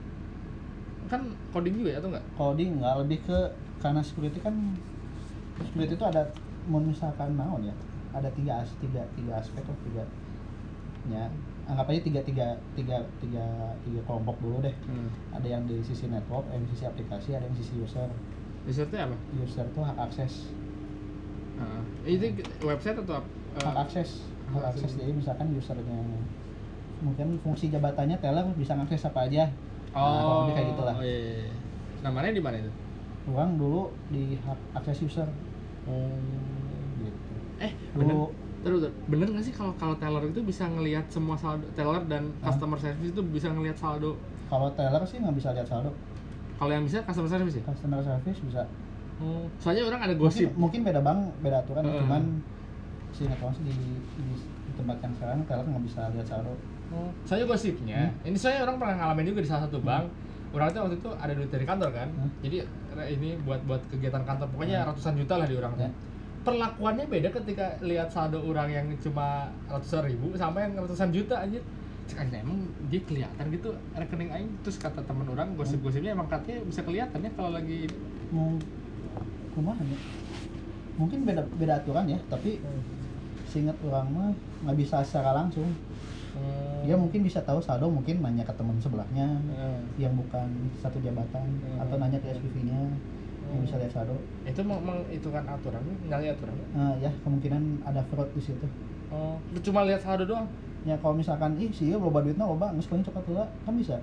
Kan coding juga ya atau enggak? Coding nggak, lebih ke karena security kan security itu ada mau misalkan naon ya, ada tiga as tiga tiga aspek lah, tiga ya anggap aja tiga tiga tiga tiga tiga kelompok dulu deh. Hmm. Ada yang di sisi network, ada yang di sisi aplikasi, ada yang di sisi user. Risetnya apa? User tuh hak akses. Heeh. Itu website atau apa? Hak akses, hak hak akses akses. jadi misalkan usernya mungkin fungsi jabatannya teller bisa ngakses apa aja. Nah, kurang lebih kayak gitulah. Oh iya, iya, iya. Namanya di mana itu? Orang dulu di hak akses user Oh. gitu. Eh, Dulu bener. Terus bener nggak sih kalau kalau teller itu bisa ngelihat semua saldo, teller dan Hah? customer service itu bisa ngelihat saldo. kalau teller sih nggak bisa lihat saldo, Kalau yang bisa customer service ya? customer service bisa. Oh. Soalnya orang ada Mungkin, gosip. mungkin beda bank, beda aturan, Heeh. cuman seingat orang sih di, di, di tempat yang sekarang teller nggak bisa lihat saldo. Oh. Soalnya gosipnya, Hmm. ini saya orang pernah ngalamin juga di salah satu bank. Orang itu waktu itu ada duit dari kantor kan, Hmm. jadi ini buat buat kegiatan kantor, pokoknya Hmm. ratusan juta lah di orang tuh. Ya. Perlakuannya beda ketika lihat saldo orang yang cuma ratusan ribu sama yang ratusan juta aja. Cek aja emang dia kelihatan gitu rekening aing, terus kata teman orang gosip-gosipnya emang katanya bisa kelihatan ya kalau lagi ini. Mau kumaha ya? Mungkin beda beda aturan ya, tapi seingat orang mah nggak bisa secara langsung. Hmm. Dia mungkin bisa tahu saldo, mungkin nanya ke teman sebelahnya Hmm. yang bukan satu jabatan, Hmm. atau nanya ke S P V-nya yang bisa lihat saldo. Itu mau menghitungan aturannya, nyari aturannya. Nah, ya kemungkinan ada fraud di situ. Oh, cuma lihat saldo doang. Ya kalau misalkan ih sih loba duitna loba geus poin coklat heula kan bisa.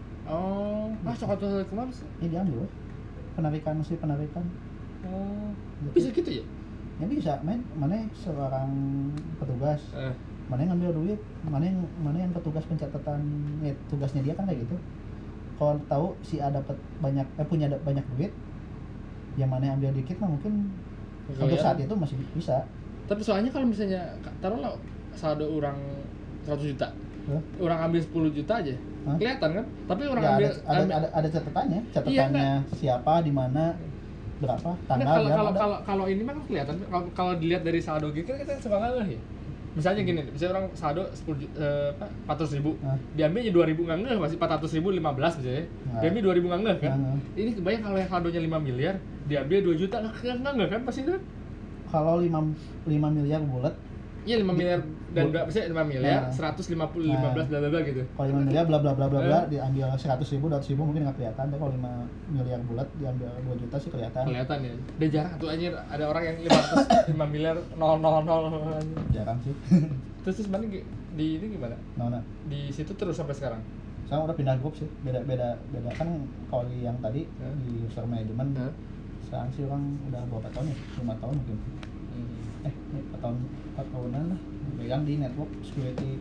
Oh, ah coklat tuh kemana sih? Ini diambil weh. Penarikan mesti penarikan. Oh, Gitu. bisa gitu ya? Ya bisa, men. Mana seorang petugas, Eh. mana yang ngambil duit, mana yang mana yang petugas pencatatan ya, tugasnya dia kan kayak gitu. Kalau tahu si A dapat banyak eh punya da- banyak duit, yang mana yang ambil dikit mah mungkin untuk saat itu masih bisa. Tapi soalnya kalau misalnya taruhlah saldo orang seratus juta, Huh? orang ambil sepuluh juta aja, Hah? kelihatan kan? Tapi orang Ya, ambil, ada, ada, ambil ada ada catatannya, Iya, catatannya siapa, di mana, berapa, Nggak, tanggal, kalau jam kalau ada. kalau kalau ini mah kan kelihatan. Kalau kalau dilihat dari saldo gitu kan kita suka nggak ya. Misalnya gini, misalnya orang saldo sepuluh juta, eh, apa, empat ratus ribu, Hah? diambil aja dua ribu nggak ngeh, masih empat ratus ribu lima belas misalnya, Nah. diambil dua ribu nggak ngeh kan? Nggak ngeh. Ini kebayang kalau yang saldonya lima miliar, diambil dua juta nggak nggak ngeh kan pasti kan? Kalau lima lima miliar bulat, Iya lima miliar dan berapa sih lima miliar, Nah. seratus lima puluh lima belas bla bla bla gitu. kalau lima miliar bla bla bla bla bla Eh. diambil seratus ribu, dua ratus ribu mungkin nggak kelihatan, tapi kalau lima miliar bulat diambil dua juta sih kelihatan. Kelihatan ya. Udah jarang tuh anjir ada orang yang lima ratus lima miliar nol nol nol. Jarang sih. Terus terus mana gi- di ini gimana? Nah, nah. Di situ terus sampai sekarang. Sekarang udah pindah grup sih, beda beda beda kan kalau di yang tadi Eh. di user management. Eh. Sekarang sih orang udah berapa tahun ya? lima tahun mungkin. Eh, empat tahun, empat tahunan lah. Pegang di network security.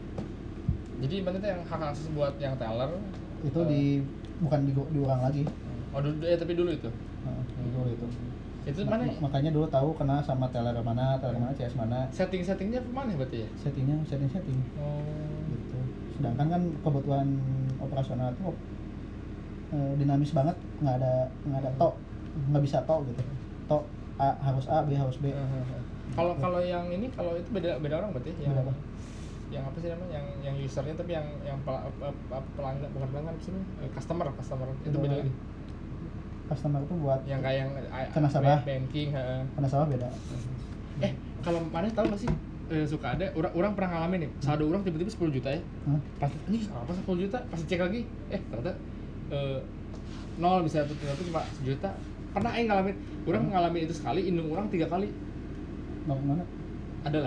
Jadi mana tuh yang hak akses buat yang teller Itu eh, di bukan di, di orang lagi. Oh dulu ya tapi dulu itu. Nah, itu itu. Itu Ma- mana makanya dulu tahu kena sama teller mana, teller mana, C S mana. setting-settingnya mana berarti ya? Settingnya setting setting Oh. gitu. Sedangkan kan kebutuhan operasional itu eh, dinamis banget, nggak ada nggak ada tok, nggak bisa tok gitu. Tok A harus A, B harus B. Kalau kalau yang ini kalau itu beda beda orang berarti yang Beda apa? yang apa sih namanya yang yang usernya tapi yang yang pel- pe- pe- pelanggan bukan pelanggan apa sih namanya? Eh, customer customer itu beda lagi Customer itu buat yang kayak yang eh, Ke nasabah. banking heeh. nasabah beda. eh kalau mana tahu nggak sih eh, suka ada orang orang pernah ngalamin nih saldo orang tiba-tiba sepuluh juta ya Hah? pas ini apa sepuluh juta pas cek lagi eh ternyata eh, nol misalnya tuh ternyata cuma sejuta. Pernah aing ngalamin orang Hmm. ngalamin itu sekali indung orang tiga kali Nomor mana? adalah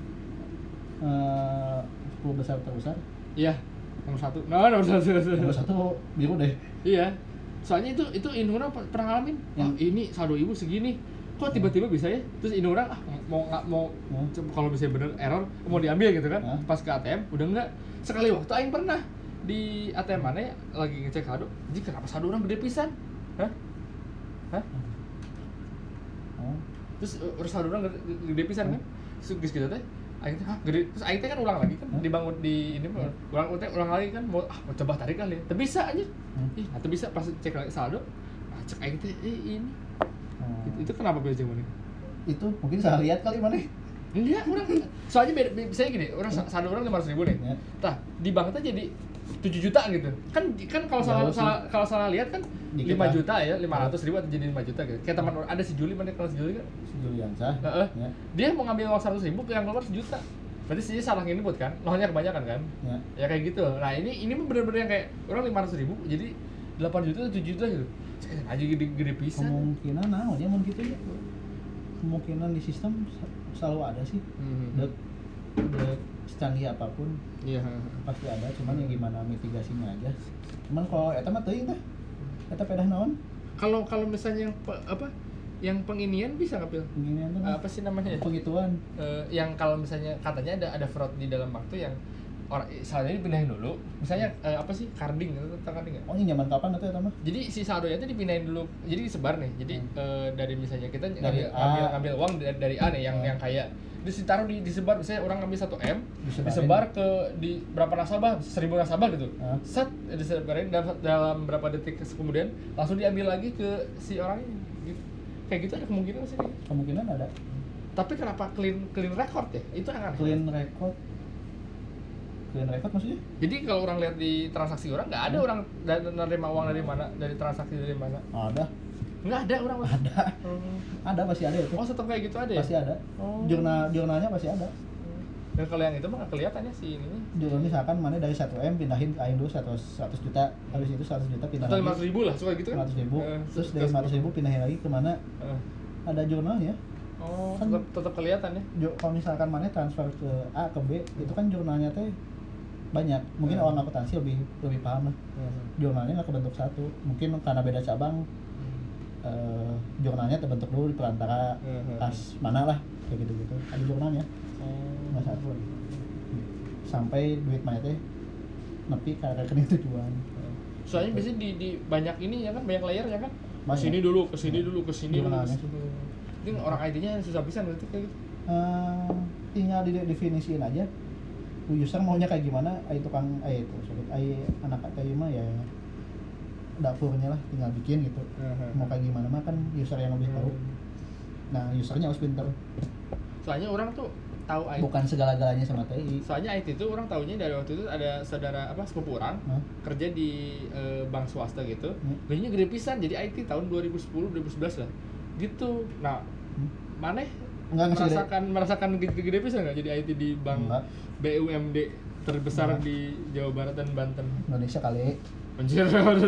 Eh, sepuluh besar terbesar. iya nomor satu nah nomor satu Nomor satu biru deh. iya soalnya itu itu indung orang pernah ngalamin Yang- oh, ini saldo ibu segini kok tiba-tiba bisa ya terus indung orang ah mau nggak mau Hmm. coba kalau bisa bener error mau diambil gitu kan Hmm. pas ke A T M udah enggak sekali waktu aing pernah di A T M mana ya lagi ngecek saldo jadi kenapa saldo orang gede pisan hah hah Oh. terus uh, urus saldo orang gede, gede pisan kan terus geus gitu teh aing teh hah gede terus aing teh kan ulang lagi kan Hmm. dibangun di ini mah ulang teh ulang lagi kan mau ah mau coba tarik kali ya teu bisa aja Hmm. ih atau bisa pas cek lagi saldo ah cek aing teh eh ini Oh. itu, itu kenapa beda mana Itu mungkin salah lihat kali mana. enggak orang soalnya beda misalnya gini orang sa- saldo orang lima ratus ribu nih Ya. tah di bank teh jadi tujuh juta gitu kan kan kalau salah Jauh sih. salah kalau salah lihat kan Dikit lima lah. juta ya lima ratus ribu atau jadi lima juta gitu kayak teman orang ada si Juli mana kalau si Juli kan Si Juliansah. Heeh. Ya. dia mau ngambil uang seratus ribu yang keluar sejuta berarti sih salah nginput kan nolnya kebanyakan kan Ya. ya kayak gitu nah ini ini mah bener-bener yang kayak orang lima ratus ribu jadi delapan juta atau tujuh juta gitu Cek, aja gede, gede pisan Kemungkinan nah dia mau gitu ya. kemungkinan di sistem selalu ada sih. Hmm. Dek, dek secanggih apapun Iya. pasti ada, cuman ya gimana mitigasinya aja. Cuman kalau eta mah teuing teh. Eta pedah naon? Kalau kalau misalnya yang pe- apa? Yang penginian bisa nggak Pil? Gini tuh. Apa sih namanya? ya? Pengituan. Eh, yang kalau misalnya katanya ada ada fraud di dalam bank tuh yang orang saldonya dipindahin dulu. Misalnya eh, apa sih? Carding atau tentang carding nggak? Oh, ini zaman kapan itu eta mah? Jadi si saldonya itu dipindahin dulu. Jadi disebar nih. Jadi Hmm. eh, dari misalnya kita Dari ngambil, A. ngambil ngambil uang dari, dari A nih yang Hmm. yang kaya. Terus ditaruh di disebar, misalnya orang ngambil satu M, Disebarin. disebar ke di berapa nasabah, seribu nasabah gitu. Ah. Set disebarin dalam, dalam berapa detik kemudian langsung diambil lagi ke si orang ini. Gitu. Kayak gitu ada kemungkinan sih. Kemungkinan ada. Tapi kenapa clean clean record ya? Itu yang aneh. Clean record. Clean record maksudnya? Jadi kalau orang lihat di transaksi orang nggak ada Hmm. orang da- nerima uang dari mana, dari transaksi dari mana. Ada. Nggak ada orang. Mas. Ada. Hmm. Ada pasti ada itu. Oh, tetap kayak gitu ada ya? Pasti ada. Oh. Jurnal jurnalnya pasti ada. Dan kalau yang itu mah nggak kelihatan ya si ini. Jurnal misalkan mana dari satu M pindahin ke Indo seratus juta, habis itu seratus juta pindah Atau lima lagi ratus ribu lah, suka gitu kan? lima ratus ribu, Eh, terus dari lima ratus ribu pindahin lagi ke mana, Eh. ada jurnalnya. Oh, Kan- tetap, tetap kelihatan ya? Jo- kalau misalkan mana transfer ke A ke B, itu kan jurnalnya teh banyak. Mungkin Hmm. orang akuntansi lebih lebih paham lah. Jurnalnya nggak kebentuk satu, mungkin karena beda cabang, eh, jurnalnya terbentuk dulu di perantara Hmm. pas mana lah, kayak gitu-gitu. Ada jurnalnya, Oh. nggak satu lagi. Sampai duit mana teh nepi ke rekening tujuan. Soalnya biasanya di, di banyak ini ya kan, banyak layer ya kan? Banyak. Kesini dulu, kesini dulu, kesini dulu. Jurnalnya. kesini dulu. Ini orang I T-nya susah pisan berarti kayak gitu. Eh, tinggal didefinisiin aja user maunya kayak gimana, ay tukang ay itu sorry ay anak I T mah ya dapurnya lah tinggal bikin gitu. Mau kayak gimana mah kan user yang lebih tahu. Nah usernya harus pinter, Soalnya orang tuh tahu I T. bukan segala-galanya sama T I. Soalnya I T itu orang taunya dari waktu itu ada saudara apa sepupu orang Hah? kerja di eh, bank swasta gitu. Hmm. Gajinya gede pisan jadi I T tahun dua ribu sepuluh dua ribu sebelas lah. Gitu. Nah, Hmm. mana Enggak ngasih gede. merasakan merasakan gede-gede pisan nggak jadi I T di bank Enggak. B U M D terbesar Enggak. di Jawa Barat dan Banten? Indonesia kali. Anjir.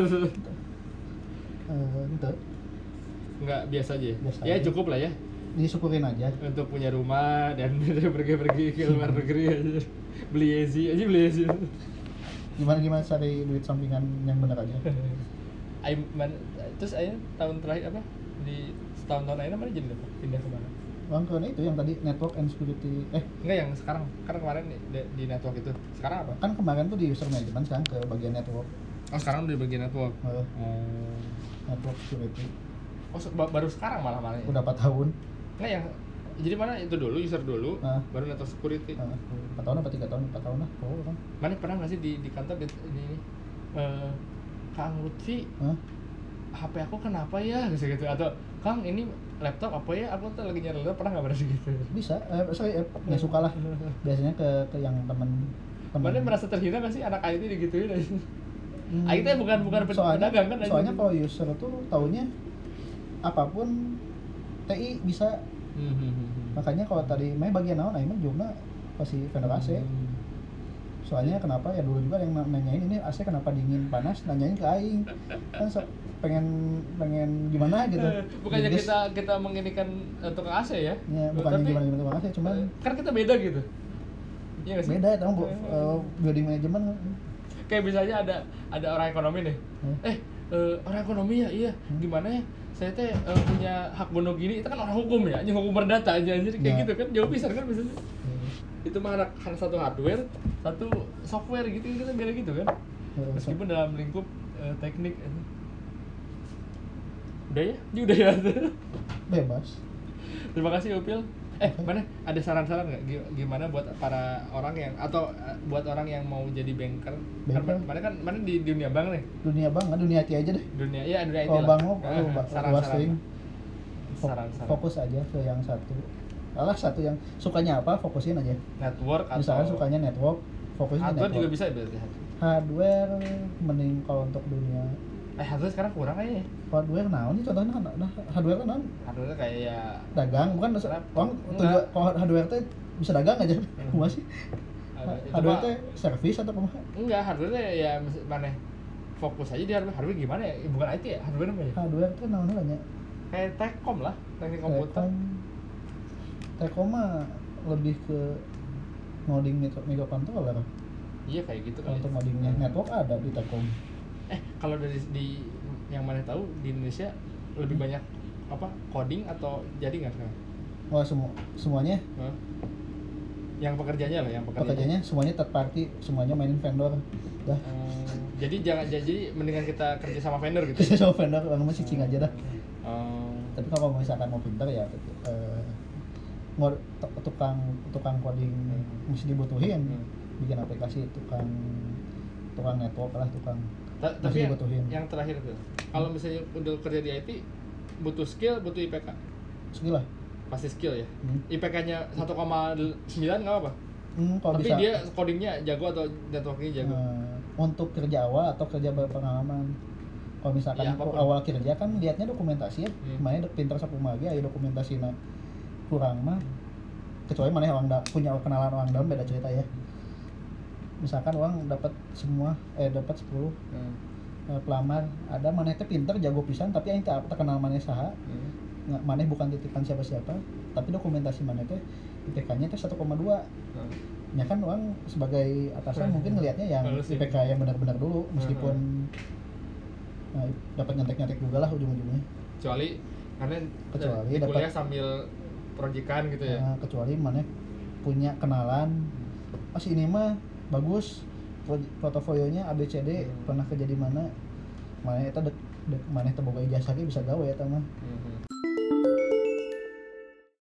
Eh, gitu. Nggak biasa aja. ya? Biasa Ya aja. cukup lah ya Disyukurin aja. untuk punya rumah dan pergi-pergi ke luar negeri aja. Beli Yeezy aja beli Yeezy. Gimana gimana cari duit sampingan yang benar aja. Ay, man, terus ayah tahun terakhir apa di tahun-tahun akhirnya mana jadi apa? Pindah kemana? Bang karena itu yang tadi network and security. Eh Enggak yang sekarang, kan kemarin di, di network itu. Sekarang apa? kan kemarin tuh di user management sekarang ke bagian network. Oh sekarang udah di bagian network. Eh, Oh, network security. oh se- ba- baru sekarang malah malah. ya? Udah empat tahun. Enggak yang jadi mana itu dulu user dulu, Ah. baru network security. Nah, empat tahun apa tiga tahun? empat tahun lah. Oh, kan. Mana pernah nggak sih di di kantor di, di ini eh, Kang Lutfi Hah? H P aku kenapa ya gitu gitu atau Kang ini laptop apa ya aku tuh lagi nyari laptop pernah nggak pernah gitu? Bisa. Eh, sorry, eh, nggak suka lah. Biasanya ke ke yang temen temen. Mana merasa terhina nggak sih anak I T digituin aja? Hmm, I T bukan bukan pen- soalnya, pedagang kan? soalnya kalau user tuh taunya apapun T I bisa. Hmm, hmm, hmm, hmm. Makanya kalau tadi main bagian naon, nah emang juga pasti vendor A C. Hmm. Soalnya kenapa ya dulu juga yang nanyain ini A C kenapa dingin panas, nanyain ke aing. Kan so, pengen pengen gimana gitu. Bukannya Jadi, kita kita menginikan uh, tukang A C ya? ya, bukannya Tapi, gimana gimana tukang A C, cuman eh, kan kita beda gitu. Iya nggak sih? beda tahu bu, uh, building management. Kayak misalnya ada ada orang ekonomi nih. Hmm. Eh, eh, orang ekonomi ya, iya. Gimana ya? Saya teh eh, punya hak bono gini, itu kan orang hukum ya, anjing hukum perdata aja anjir kayak Ya. gitu kan jauh pisah kan biasanya. Hmm. Itu mah anak kan satu hardware, satu software gitu kita beda gitu kan. Hmm. Meskipun dalam lingkup eh, teknik eh. Udah ya? Ini udah ya. Bebas. Terima kasih Upil. Eh, mana ada saran-saran nggak Gi- gimana buat para orang yang atau eh, buat orang yang mau jadi banker? Kan Banker? mana kan mana di dunia bank nih. Dunia bank, dunia I T aja deh. Dunia ya dunia I T Kalau lah. bank mau, Eh, kalau ba- saran-saran. luas ting. Fok- Saran-saran. Fokus aja ke yang satu. Alah satu yang sukanya apa, fokusin aja. Network atau Misalkan sukanya network, fokusin ke hardware network. juga bisa ya berarti. Hardware mending kalau untuk dunia Eh, hardware sekarang kurang kayaknya. ya. hardware naon sih contohnya nah, nah, hardware kan naon? Hardware kayak ya Dagang bukan Laptop. orang Enggak. tujuan kalau hardware teh bisa dagang aja. Hmm. Kumaha sih? ada- itu Hardware mah- teh servis atau kumaha? enggak hardware ya mis- mana fokus aja di hardware. Hardware gimana ya? Eh, bukan I T ya, hardware apa ya? Hardware teh naon banyak. Kayak Telkom lah, teknik komputer. Telkom, Telkom mah lebih ke ngoding mikro microcontroller. Iya kayak gitu Kalau kan. untuk ngoding network ada di Telkom. Eh kalau dari di yang mana tahu di Indonesia lebih Hmm. banyak apa coding atau jaringan sekarang? Wah semua semuanya Hah? Yang pekerjanya lah, yang pekerjanya. pekerjaannya semuanya third party, semuanya mainin vendor. Dah. Hmm, jadi jangan jadi mendingan kita kerja sama vendor gitu. Kerja sama vendor, orang mah cicing aja dah. Oh. Tapi kalau misalkan mau pinter ya eh, mau t- tukang tukang coding Hmm. mesti dibutuhin, Hmm. bikin aplikasi tukang tukang network lah, tukang Ta- masih tapi yang, dibutuhin. yang terakhir tuh, kalau misalnya udah kerja di I T butuh skill, butuh I P K. Skill lah. Pasti skill ya. Hmm. I P K-nya satu koma sembilan nggak apa-apa. Hmm, kalau Tapi bisa dia codingnya jago atau networking jago. eh, untuk kerja awal atau kerja berpengalaman. Kalau misalkan Ya, apapun. awal kerja kan lihatnya dokumentasi ya, Hmm. mana pinter sakumaha ge aya dokumentasina kurang mah. Kecuali mana orang da- punya kenalan orang dalam beda cerita ya. Misalkan orang dapat semua eh dapat sepuluh Hmm. eh, pelamar, ada maneh teh pinter jago pisan tapi aing teh terkenal maneh saha. Hmm. Nggak, maneh bukan titipan siapa-siapa, tapi dokumentasi maneh teh I P K-nya teh satu koma dua. Hmm. Ya kan orang sebagai atasan Hmm. mungkin ngelihatnya yang Halus I P K ya. yang benar-benar dulu, meskipun nah, dapat nyantek-nyantek juga lah ujung-ujungnya. Kecuali karena Kecuali di dapat- kuliah sambil proyekan gitu ya. Nah, kecuali maneh punya kenalan, pas ini mah bagus pro- portofolionya A B C D, Hmm. pernah kerja di mana, maneh eta dek dek maneh teh boga ijazah ge bisa gawe eta mah. Mhm.